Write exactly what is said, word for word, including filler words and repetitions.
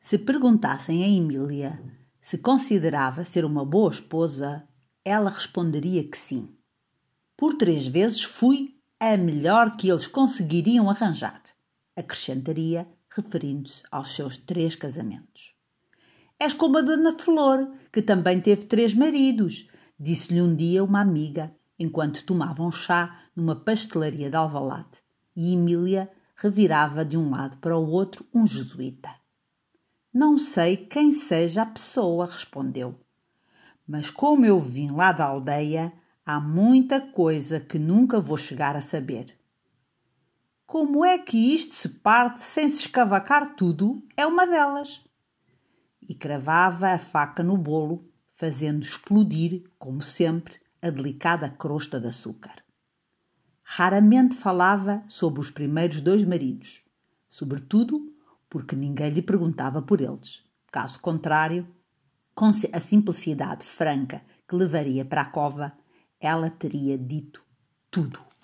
Se perguntassem a Emília se considerava ser uma boa esposa, ela responderia que sim. Por três vezes fui a melhor que eles conseguiriam arranjar, acrescentaria, referindo-se aos seus três casamentos. És como a Dona Flor, que também teve três maridos, disse-lhe um dia uma amiga, enquanto tomavam chá numa pastelaria de Alvalade, e Emília revirava de um lado para o outro um jesuíta. Não sei quem seja a pessoa, respondeu. Mas como eu vim lá da aldeia, há muita coisa que nunca vou chegar a saber. Como é que isto se parte sem se escavacar tudo? É uma delas. E cravava a faca no bolo, fazendo explodir, como sempre, a delicada crosta de açúcar. Raramente falava sobre os primeiros dois maridos, sobretudo porque ninguém lhe perguntava por eles. Caso contrário, com a simplicidade franca que levaria para a cova, ela teria dito tudo.